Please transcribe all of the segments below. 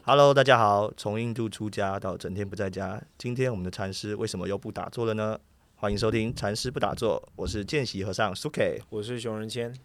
Hello，大家好，从印度出家到整天不在家，今天我们的禅师为什么又不打坐了呢？欢迎收听禅师不打坐，我是见习和尚 Suki， 我是熊仁谦。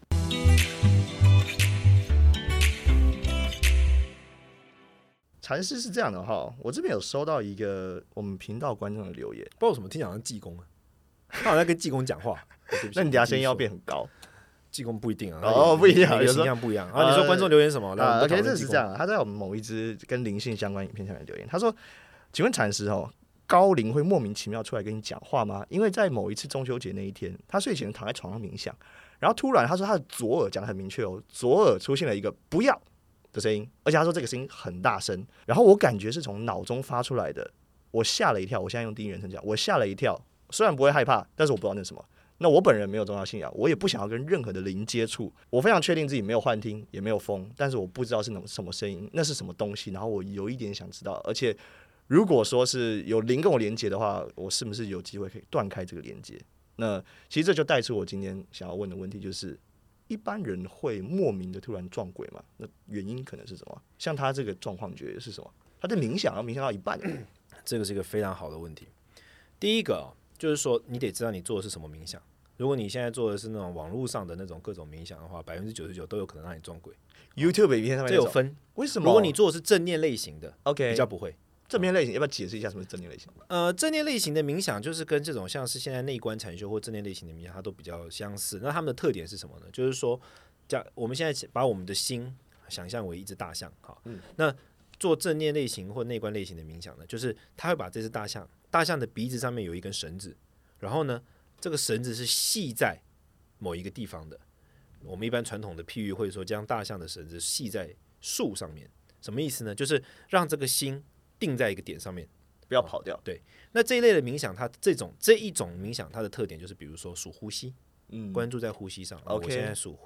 禅师是这样的哈，我这边有收到一个我们频道观众的留言， 不知道为什么听起来好像济公啊，他好像在跟济公讲话。 那你等下声音要变很高。 济公不一定啊， 不一样， 每个形象不一样。然后你说观众留言什么 ？OK， 这是这样，他在我们某一支跟灵性相关影片下面留言，他说：“请问禅师哦，高龄会莫名其妙出来跟你讲话吗？因为在某一次中秋节那一天，他睡前躺在床上冥想，然后突然他说他的左耳讲得很明确哦，左耳出现了一个不要的声音，而且他说这个声音很大声，然后我感觉是从脑中发出来的，我吓了一跳。我现在用第一人称讲，我吓了一跳，虽然不会害怕，但是我不知道那是什么。”那我本人没有宗教信仰，我也不想要跟任何的灵接触。我非常确定自己没有幻听，也没有疯，但是我不知道是什么声音，那是什么东西。然后我有一点想知道，而且如果说是有灵跟我连接的话，我是不是有机会可以断开这个连接？那其实这就带出我今天想要问的问题，就是一般人会莫名的突然撞鬼吗？那原因可能是什么？像他这个状况，你觉得是什么？他的冥想要冥想到一半， 这个是一个非常好的问题。第一个就是说，你得知道你做的是什么冥想。如果你现在做的是那种网络上的那种各种冥想的话，99%都有可能让你撞鬼。 YouTube 影片上面这有分， 为什么？ 如果你做的是正念类型的 ，OK， 比较不会。 正面类型要不要解释一下什么是正念类型？ 正念类型的冥想就是跟这种像是现在内观禅修或正念类型的冥想，它都比较相似。那它们的特点是什么呢？就是说，我们现在把我们的心想象为一只大象，好，那做正念类型或内观类型的冥想呢，就是它会把这只大象的鼻子上面有一根绳子，然后呢，这个绳子是系在某一个地方的。我们一般传统的譬喻会说，将大象的绳子系在树上面，什么意思呢？就是让这个心定在一个点上面， 不要跑掉。 对，那这一类的冥想，它这一种冥想，它的特点就是，比如说数呼吸，关注在呼吸上。我现在数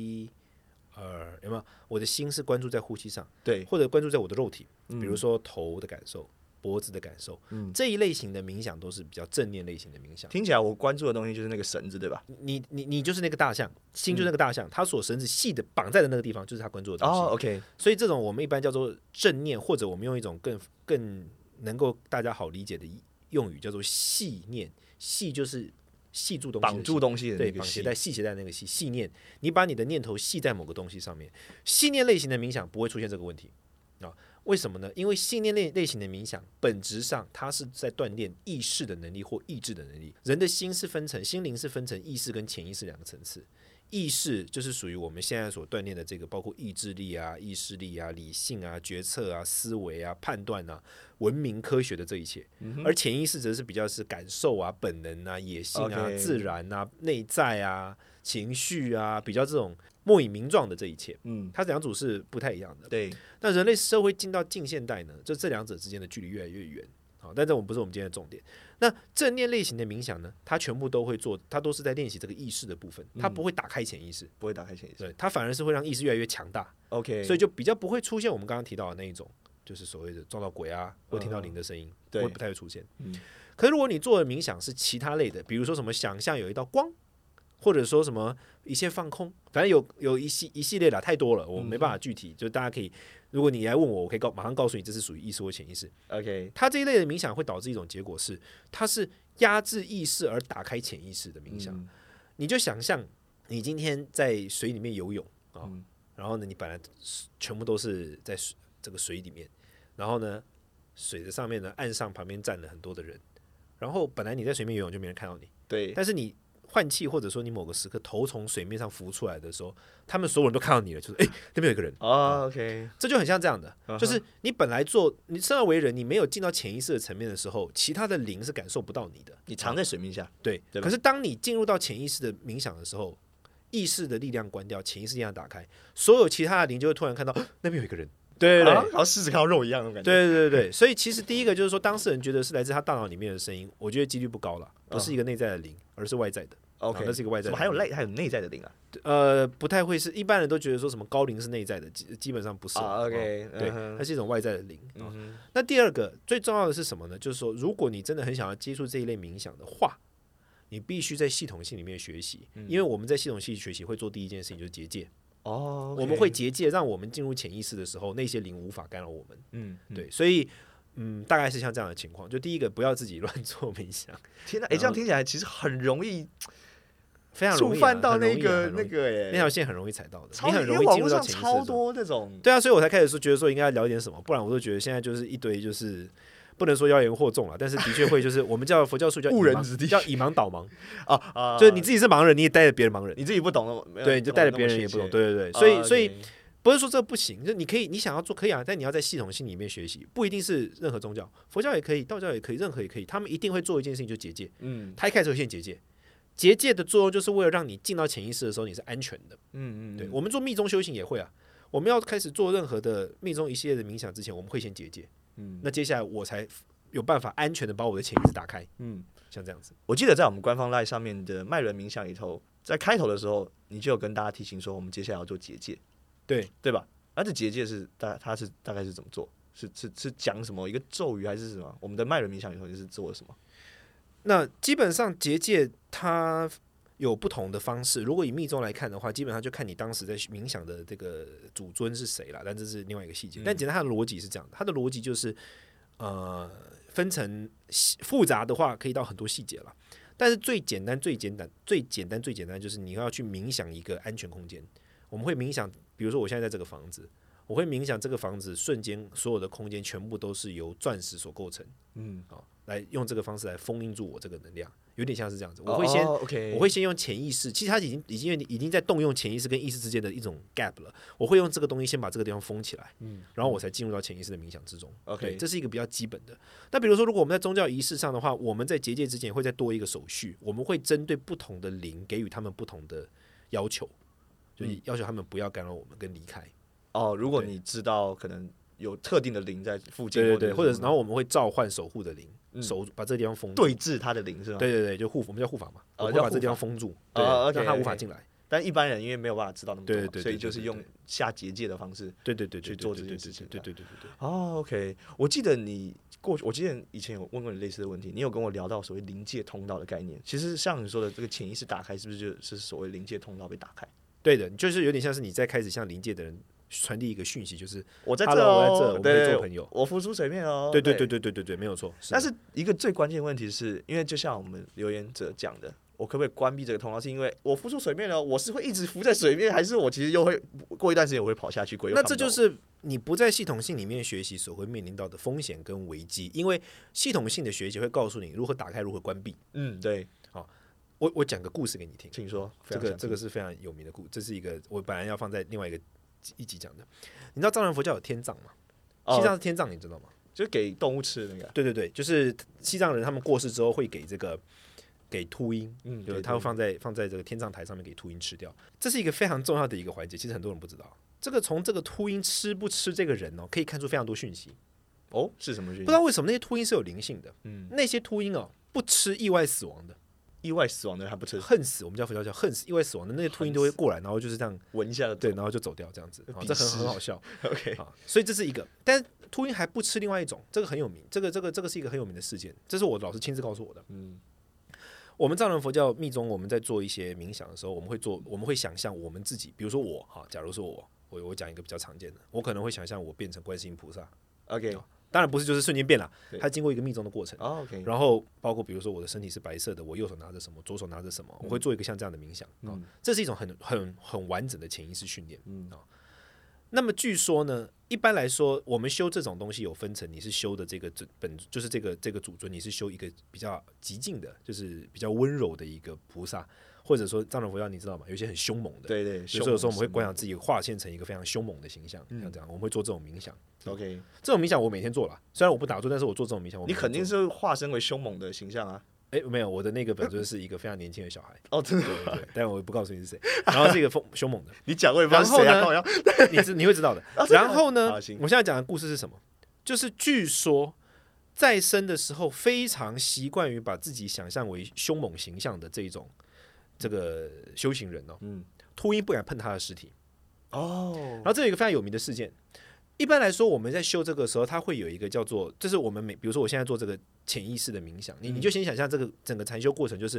1、2，有没有？我的心是关注在呼吸上， 对， 或者关注在我的肉体，比如说头的感受。脖子的感受，这一类型的冥想都是比较正念类型的冥想。 听起来我关注的东西就是那个绳子，对吧？ 你就是那个大象，心就是那个大象，它所绳子系的绑在的那个地方，就是它关注的东西。 OK， 所以这种我们一般叫做正念，或者我们用一种更能够大家好理解的用语，叫做系念。系就是系住东西， 绑住东西的那个系鞋带那个系念。你把你的念头系在某个东西上面，系念类型的冥想不会出现这个问题啊。为什么呢？因为信念类型的冥想，本质上它是在锻炼意识的能力或意志的能力。人的心灵是分成意识跟潜意识两个层次。意识就是属于我们现在所锻炼的这个，包括意志力啊、意识力啊、理性啊、决策啊、思维啊、判断啊、文明科学的这一切。而潜意识则是比较是感受啊、本能啊、野性啊、自然啊、内在啊、情绪啊，比较这种莫以名状的这一切。它两组是不太一样的。 对， 那人类社会进到近现代呢，就这两者之间的距离越来越远。好，但这不是我们今天的重点。那正念类型的冥想呢，它全部都会做，它都是在练习这个意识的部分，它不会打开潜意识， 不会打开潜意识， 对，它反而是会让意识越来越强大。 OK， 所以就比较不会出现我们刚刚提到的那一种，就是所谓的撞到鬼啊，或听到灵的声音，会不太会出现。可是如果你做的冥想是其他类的，比如说什么想象有一道光，或者说什么一切放空，反正有一系列啦，太多了，我没办法具体，就大家可以，如果你来问我，我可以马上告诉你这是属于意识或潜意识。 OK， 它这一类的冥想会导致一种结果是，它是压制意识而打开潜意识的冥想。你就想象你今天在水里面游泳啊，然后呢，你本来全部都是在这个水里面，然后呢，水的上面呢，岸上旁边站了很多的人，然后本来你在水面游泳就没人看到你， 对， 但是你换气或者说你某个时刻头从水面上浮出来的时候，他们所有人都看到你了，就是那边有一个人 OK， 这就很像这样的，就是你本来你生而为人，你没有进到潜意识的层面的时候，其他的灵是感受不到你的， 你藏在水面下， 对。可是当你进入到潜意识的冥想的时候，意识的力量关掉，潜意识力量打开，所有其他的灵就会突然看到那边有一个人。对， 好像狮子看到肉一样那种感觉。对，所以其实第一个就是说，当事人觉得是来自他大脑里面的声音，我觉得几率不高了，不是一个内在的灵，而是外在的。 OK， 那是一个外在的。 怎么还有内在的灵啊？ 不太会是，一般人都觉得说什么高灵是内在的，基本上不是。 OK， 对，它是一种外在的灵。那第二个最重要的是什么呢？就是说，如果你真的很想要接触这一类冥想的话，你必须在系统性里面学习，因为我们在系统性学习会做第一件事情就是结界。 哦， 我们会结界，让我们进入潜意识的时候，那些灵无法干扰我们。对，所以大概是像这样的情况。就第一个，不要自己乱做冥想。 天哪，这样听起来其实很容易。 非常容易触犯到那个那条线很容易踩到的， 你很容易进入到潜意识。 超多那种， 对啊，所以我才开始觉得说应该要聊点什么，不然我都觉得现在就是一堆就是不能说妖言惑众了，但是的确会就是我们叫佛教术叫误人子弟， 叫以盲导盲啊， 就是你自己是盲人，你也带着别人盲人， 你自己不懂了， 对，你就带着别人也不懂，对，所以不是说这不行，就你可以你想要做可以啊，但你要在系统性里面学习，不一定是任何宗教，佛教也可以，道教也可以，任何也可以，他们一定会做一件事情，就结界，他一开始会先结界。结界的作用就是为了让你进到潜意识的时候你是安全的。对，我们做密宗修行也会啊。我们要开始做任何的密宗一系列的冥想之前，我们会先结界。那接下来我才有办法安全的把我的潜意识打开。像这样子。 我记得在我们官方 LINE 上面的脉轮冥想里头，在开头的时候，你就有跟大家提醒说，我们接下来要做结界，对吧？而这结界是它是大概是怎么做？是讲什么一个咒语还是什么？我们的脉轮冥想里头就是做了什么？ 那基本上结界它有不同的方式，如果以密宗来看的话，基本上就看你当时在冥想的这个主尊是谁了，但这是另外一个细节。但简单它的逻辑是这样的，它的逻辑就是分成复杂的话可以到很多细节了，但是最简单就是你要去冥想一个安全空间。我们会冥想，比如说我现在在这个房子，我会冥想这个房子瞬间所有的空间全部都是由钻石所构成，来用这个方式来封印住我这个能量，有点像是这样子。我会先用潜意识，其实它已经在动用潜意识跟意识之间的一种 gap 了。我会用这个东西先把这个地方封起来，然后我才进入到潜意识的冥想之中。对，这是一个比较基本的。那比如说，如果我们在宗教仪式上的话，我们在结界之前会再多一个手续，我们会针对不同的灵给予他们不同的要求，就是要求他们不要干扰我们跟离开。 如果你知道可能有特定的灵在附近， 对，或者然后我们会召唤守护的灵。把这个地方封住， 对峙他的灵是吗？ 对，就我们叫护法嘛，我们会把这个地方封住，让他无法进来。 但一般人因为没有办法知道那么多， 对， 所以就是用下结界的方式，去做这件事情。 对。 OK， 我记得以前有问过你类似的问题，你有跟我聊到所谓灵界通道的概念。其实像你说的这个潜意识打开，是不是就是所谓灵界通道被打开？ 对的，就是有点像是你在开始向灵界的人传递一个讯息，就是我在这我们会做朋友， 我浮出水面哦。 对，没有错。 但是一个最关键的问题是，因为就像我们留言者讲的，我可不可以关闭这个通道？是因为我浮出水面了，我是会一直浮在水面，还是我其实又会过一段时间我会跑下去？ 那这就是你不在系统性里面学习所会面临到的风险跟危机，因为系统性的学习会告诉你如何打开，如何关闭。 对。 好，我讲个故事给你听， 请说。 这个是非常有名的故事，这是一个我本来要放在另外一集讲的。你知道藏传佛教有天葬吗？西藏是天葬，你知道吗？ 就是给动物吃的那个。 对，就是西藏人他们过世之后会给秃鹰，就是他会放在这个天葬台上面给秃鹰吃掉。这是一个非常重要的一个环节，其实很多人不知道。从这个秃鹰吃不吃这个人可以看出非常多讯息。 是什么讯息？ 不知道为什么那些秃鹰是有灵性的。那些秃鹰不吃意外死亡的。 意外死亡的还不吃， 恨死，我们叫佛教叫恨死，意外死亡的那些秃鹰都会过来，然后就是这样闻一下， 对，然后就走掉这样子，这很好笑。 OK， 所以这是一个，但是秃鹰还不吃另外一种，这个很有名，这个是一个很有名的事件，这是我老师亲自告诉我的。我们藏传佛教密宗，我们在做一些冥想的时候，我们会想象我们自己，比如说假如说我讲一个比较常见的，我可能会想象我变成观世音菩萨。 OK。 当然不是就是瞬间变了，它经过一个密宗的过程。然后包括比如说我的身体是白色的，我右手拿着什么，左手拿着什么，我会做一个像这样的冥想。这是一种很完整的潜意识训练。那么据说呢，一般来说，我们修这种东西有分成，你是修的这个就是这个主尊，你是修一个比较极静的，就是比较温柔的一个菩萨。或者说藏传佛教你知道吗？有些很凶猛的， 对， 有时候我们会观想自己化现成一个非常凶猛的形象，像这样，我们会做这种冥想。 OK， 这种冥想我每天做了，虽然我不打坐，但是我做这种冥想， 你肯定是化身为凶猛的形象啊。 没有，我的那个本尊是一个非常年轻的小孩。 真的？ 对，但我不告诉你是谁。然后是一个凶猛的， 你讲我也不知道是谁啊。 你会知道的。然后呢，我现在讲的故事是什么？就是据说在生的时候非常习惯于把自己想象为凶猛形象的这个修行人秃鹰不敢碰他的尸体。然后这有一个非常有名的事件。一般来说，我们在修这个时候，它会有一个叫做，就是我们比如说我现在做这个潜意识的冥想，你就先想象这个整个禅修过程，就是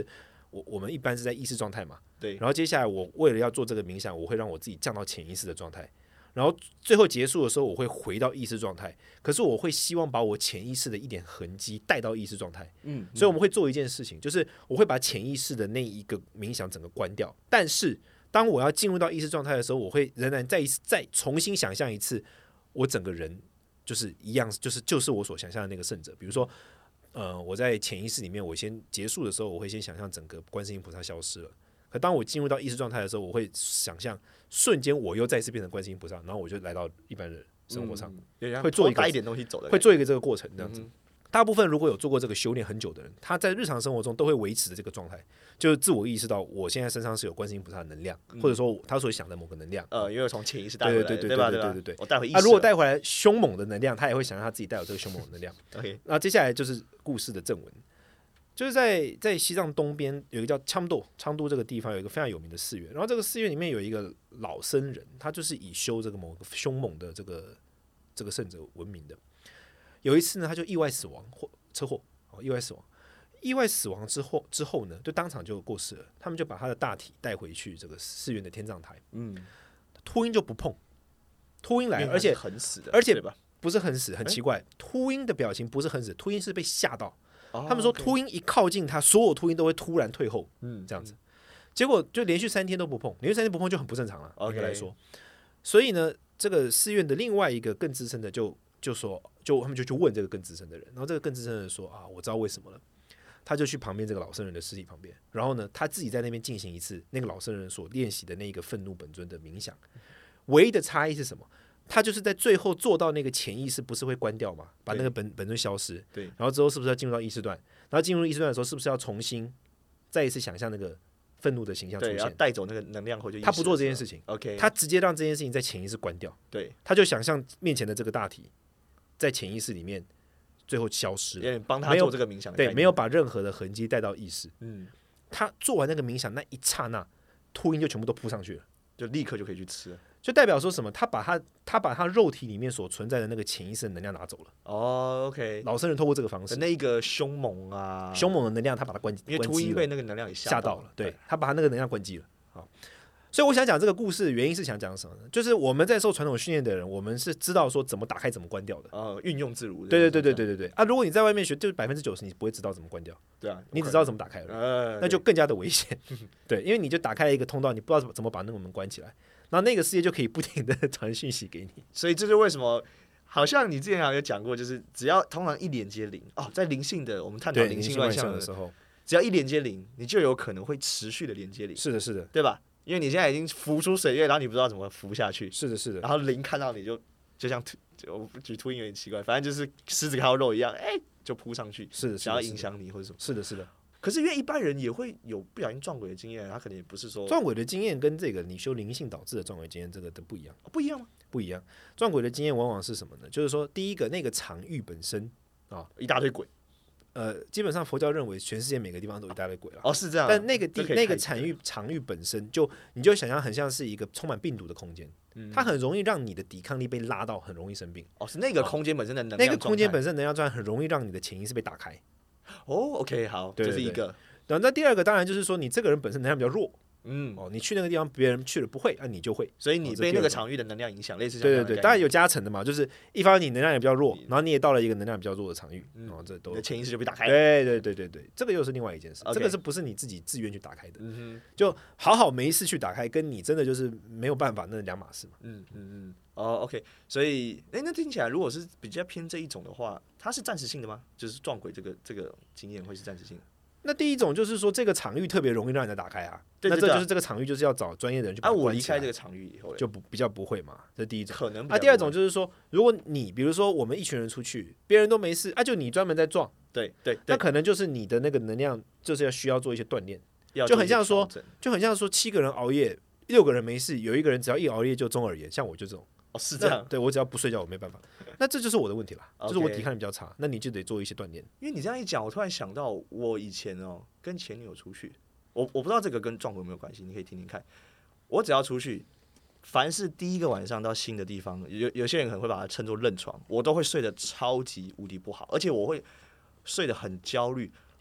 我们一般是在意识状态嘛， 对， 然后接下来我为了要做这个冥想，我会让我自己降到潜意识的状态，然后最后结束的时候，我会回到意识状态。可是我会希望把我潜意识的一点痕迹带到意识状态，所以我们会做一件事情，就是我会把潜意识的那一个冥想整个关掉，但是当我要进入到意识状态的时候，我会仍然再重新想象一次，我整个人就是一样，就是我所想象的那个圣者。比如说，我在潜意识里面，我先结束的时候，我会先想象整个观世音菩萨消失了。可当我进入到意识状态的时候，我会想象瞬间我又再次变成观世音菩萨，然后我就来到一般的生活上，会做带一点东西走的， 会做一个这个过程这样子。大部分如果有做过这个修炼很久的人，他在日常生活中都会维持的这个状态，就是自我意识到我现在身上是有观世音菩萨的能量，或者说他所想的某个能量， 因为从潜意识带回来的，对吧？我带回意识。 如果带回来凶猛的能量，他也会想让他自己带有这个凶猛的能量。 OK， 那接下来就是故事的正文，就是在西藏东边有一个叫昌都这个地方有一个非常有名的寺院，然后这个寺院里面有一个老僧人，他就是以修这个某个凶猛的这个圣者闻名的。有一次呢，他就意外死亡车祸，意外死亡之后呢，就当场就过世了。他们就把他的大体带回去这个寺院的天葬台。秃鹰就不碰，秃鹰来，而且很死的， 而且不是很死，很奇怪。秃鹰的表情不是很死，秃鹰是被吓到。他们说秃鹰一靠近他，所有秃鹰都会突然退后，这样子。结果就连续3天都不碰，连续3天不碰就很不正常了。应该来说，所以呢，这个寺院的另外一个更资深的他们就去问这个更资深的人，然后这个更资深的人说啊，我知道为什么了。他就去旁边这个老僧人的尸体旁边，然后呢，他自己在那边进行一次那个老僧人所练习的那个愤怒本尊的冥想。唯一的差异是什么？他就是在最后做到那个潜意识不是会关掉吗？把那个本尊消失。 对。 然后之后是不是要进入到意识段？然后进入意识段的时候，是不是要重新再一次想象那个愤怒的形象出现？ 对，要带走那个能量回去。 他不做这件事情。 OK。 他直接让这件事情在潜意识关掉。 对。 他就想象面前的这个大体在潜意识里面最后消失了， 帮他做这个冥想的概念。 对，没有把任何的痕迹带到意识。他做完那个冥想那一刹那，秃鹰就全部都扑上去了， 就立刻就可以去吃了。 就代表说什么？他把他肉体里面所存在的那个潜意识的能量拿走了。 OK。 老僧人透过这个方式， 那个凶猛的能量，他把它关机了， 因为秃鹰被那个能量给吓到了。对，他把他那个能量关机了。好。所以我想讲这个故事的原因是想讲什么呢？就是我们在受传统训练的人，我们是知道说怎么打开、怎么关掉的。 运用自如。 对啊！如果你在外面学，就是90%你不会知道怎么关掉。 对啊， 你只知道怎么打开了，那就更加的危险。对，因为你就打开了一个通道，你不知道怎么把那个门关起来，然后那个世界就可以不停的传讯息给你。 所以这就为什么，好像你之前好像有讲过，就是只要通常一连接零在灵性的我们探讨灵性乱象的时候，只要一连接零，你就有可能会持续的连接零。 是的， 对吧？因为你现在已经浮出水面，然后你不知道怎么浮下去。 是的。 然后灵看到你就像我举秃鹰有点奇怪，反正就是狮子看到肉一样，就扑上去，想要影响你或者什么。 是的。 可是因为一般人也会有不小心撞鬼的经验，他可能也不是说撞鬼的经验跟这个你修灵性导致的撞鬼经验这个都不一样。 不一样吗？ 不一样。撞鬼的经验往往是什么呢？就是说，第一个那个场域本身一大堆鬼。 基本上佛教认为全世界每个地方都有一大堆鬼了。 是这样。 但那个场域本身你就想象很像是一个充满病毒的空间，它很容易让你的抵抗力被拉到，很容易生病。 是那个空间本身的能量那个空间本身能量状态很容易让你的潜意识被打开。 OK， 好，这是一个。 然后那第二个当然就是说你这个人本身能量比较弱。你去那个地方别人去了不会，你就会， 所以你被那个场域的能量影响，类似对，当然有加成的嘛，就是一方面你能量也比较弱，然后你也到了一个能量比较弱的场域，这都你的潜意识就被打开。 对，这个又是另外一件事，这个是不是你自己自愿去打开的？就好没事去打开，跟你真的就是没有办法，那两码事嘛。 OK， 所以那听起来如果是比较偏这一种的话，它是暂时性的吗？就是撞鬼这个经验会是暂时性的？ 那第一种就是说，这个场域特别容易让人家打开啊。那这就是这个场域就是要找专业的人去把它关起来。 我离开这个场域以后， 就比较不会嘛。这是第一种。 可能。 第二种就是说，如果你比如说我们一群人出去，别人都没事，就你专门在撞。 对。 那可能就是你的那个能量就是需要做一些锻炼，就很像说7个人熬夜，6个人没事，有1个人只要一熬夜就中耳炎，像我就这种。 是这样。 对，我只要不睡觉我没办法。那这就是我的问题啦，就是我抵抗力比较差，那你就得做一些锻炼。 因为你这样一讲，我突然想到我以前跟前女友出去，我不知道这个跟撞鬼有没有关系，你可以听听看。我只要出去，凡是第一个晚上到新的地方，有些人可能会把它称作认床，我都会睡得超级无敌不好，而且我会睡得很焦虑、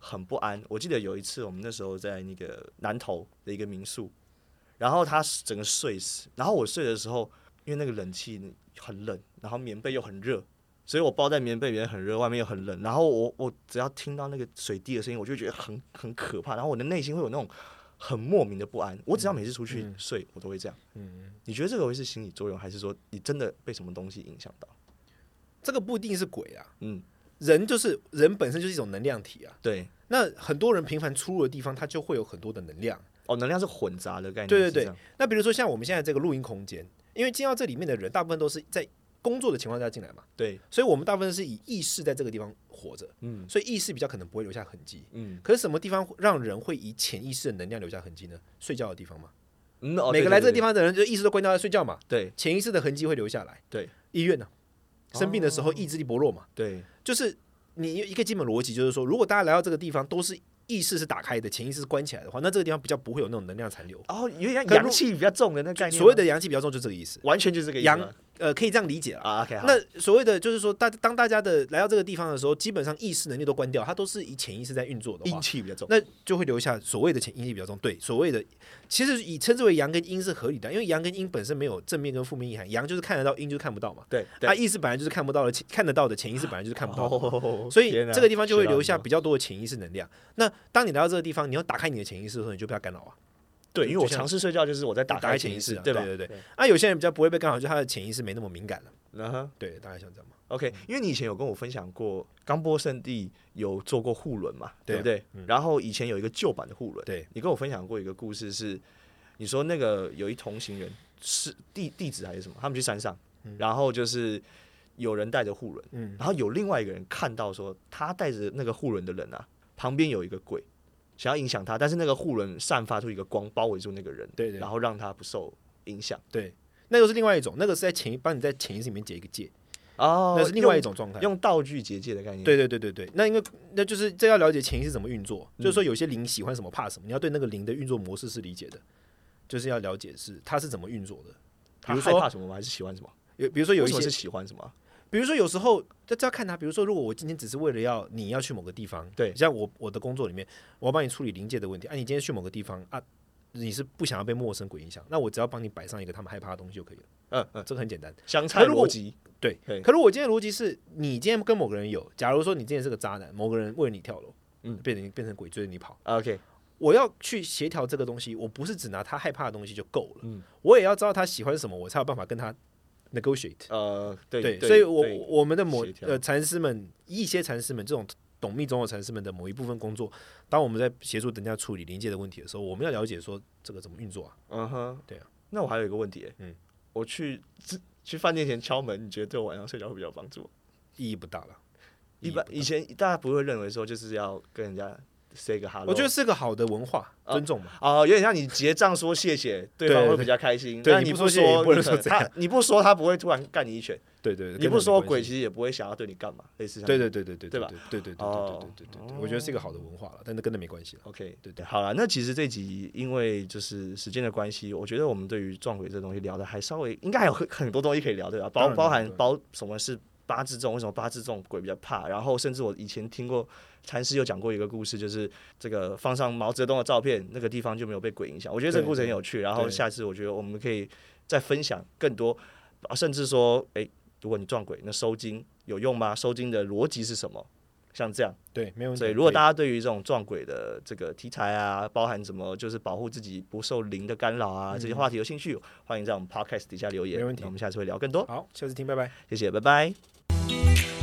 很不安。我记得有一次我们那时候在那个南投的一个民宿，然后他整个睡死，然后我睡的时候，因为那个冷气很冷，然后棉被又很热，所以我包在棉被里面很热，外面又很冷，然后我只要听到那个水滴的声音，我就觉得很可怕，然后我的内心会有那种很莫名的不安。我只要每次出去睡，我都会这样。你觉得这个会是心理作用，还是说你真的被什么东西影响到？ 这个不一定是鬼啊，人本身就是一种能量体啊。 对， 那很多人频繁出入的地方，它就会有很多的能量。 能量是混杂的概念。 对对对。那比如说像我们现在这个录音空间，因为进到这里面的人，大部分都是在工作的情况下进来嘛。 对。 所以我们大部分是以意识在这个地方活着。所以意识比较可能不会留下痕迹。可是什么地方让人会以潜意识的能量留下痕迹呢？睡觉的地方嘛。每个来这个地方的人，就意识都关掉在睡觉嘛。 对。 潜意识的痕迹会留下来。 对。 医院呢？生病的时候意志力薄弱嘛。 对。 就是你一个基本逻辑，就是说，如果大家来到这个地方都是意识是打开的，潜意识是关起来的话，那这个地方比较不会有那种能量残留。 有点像阳气比较重的那概念。 所谓的阳气比较重，就这个意思， 完全就是这个意思。 可以这样理解了啊。Okay, 那所谓的就是说，当大家的来到这个地方的时候，基本上意识能力都关掉，它都是以潜意识在运作的话， 阴气比较重， 那就会留下所谓的阴气比较重。对，所谓的其实以称之为阳跟阴是合理的，因为阳跟阴本身没有正面跟负面意涵，阳就是看得到，阴就是看不到嘛。 对， 意识本来就是看不到的，看得到的潜意识本来就是看不到的，所以天哪， 这个地方就会留下比较多的潜意识能量。那当你来到这个地方，你要打开你的潜意识的时候，你就被它干扰啊。 对，因为我尝试睡觉就是我在打开潜意识，对吧？ 对。有些人比较不会被干扰，就他的潜意识没那么敏感了。对，大概像这样嘛。 OK， 因为你以前有跟我分享过，冈波圣地有做过护轮嘛，对不对？然后以前有一个旧版的护轮， 对， 你跟我分享过一个故事是，你说那个有一同行人是弟子还是什么，他们去山上，然后就是有人带着护轮，然后有另外一个人看到说他带着那个护轮的人啊，旁边有一个鬼。想要影响他，但是那个护轮散发出一个光，包围住那个人， 对， 然后让他不受影响。 对，那个是另外一种，那个是在帮你在潜意识里面结一个界。那是另外一种状态， 用道具结界的概念。 对，那因为那就是这要了解潜意识怎么运作，就是说有些灵喜欢什么怕什么，你要对那个灵的运作模式是理解的，就是要了解它是怎么运作的。 比如说害怕什么吗？还是喜欢什么？ 比如说有一些是喜欢什么？ 比如说有时候这要看他，比如说如果我今天只是为了你要去某个地方， 对， 像我的工作里面，我要帮你处理临界的问题，你今天去某个地方啊，你是不想要被陌生鬼影响，那我只要帮你摆上一个他们害怕的东西就可以了。这个很简单， 香菜逻辑。 对。可如果我今天的逻辑是你今天跟某个人有，假如说你今天是个渣男，某个人为了你跳楼，变成鬼追着你跑。 OK， 我要去协调这个东西，我不是只拿他害怕的东西就够了，我也要知道他喜欢什么，我才有办法跟他negotiate。对，所以我们的禅师们，一些禅师们这种懂密宗的禅师们的某一部分工作，当我们在协助人家处理临界的问题的时候，我们要了解说这个怎么运作啊。对啊。 那我还有一个问题，我去饭店前敲门，你觉得对我晚上睡觉会比较有帮助？ 意义不大了。 以前大家不会认为说就是要跟人家 say 个 hello， 我觉得是个好的文化，尊重嘛。 有点像你结账说谢谢，对方会比较开心。 对， 你不说你不说他不会突然干你一拳。 对， 你不说鬼其实也不会想要对你干嘛，类似像对吧？ 对，我觉得是一个好的文化了，但是跟那没关系了。 OK， 对，好了，那其实这集因为就是时间的关系，我觉得我们对于撞鬼这东西聊的还稍微应该还有很多东西可以聊，对吧？包含什么是八字重，为什么八字重鬼比较怕？然后甚至我以前听过禅师有讲过一个故事，就是这个放上毛泽东的照片，那个地方就没有被鬼影响。我觉得这个故事很有趣。然后下次我觉得我们可以再分享更多，甚至说，如果你撞鬼，那收金有用吗？收金的逻辑是什么？像这样， 对，没问题。 所以如果大家对于这种撞鬼的这个题材啊，包含什么就是保护自己不受灵的干扰啊，这些话题有兴趣，欢迎在我们 podcast 底下留言。 没问题， 那我们下次会聊更多。 好，下次听，拜拜， 谢谢，拜拜。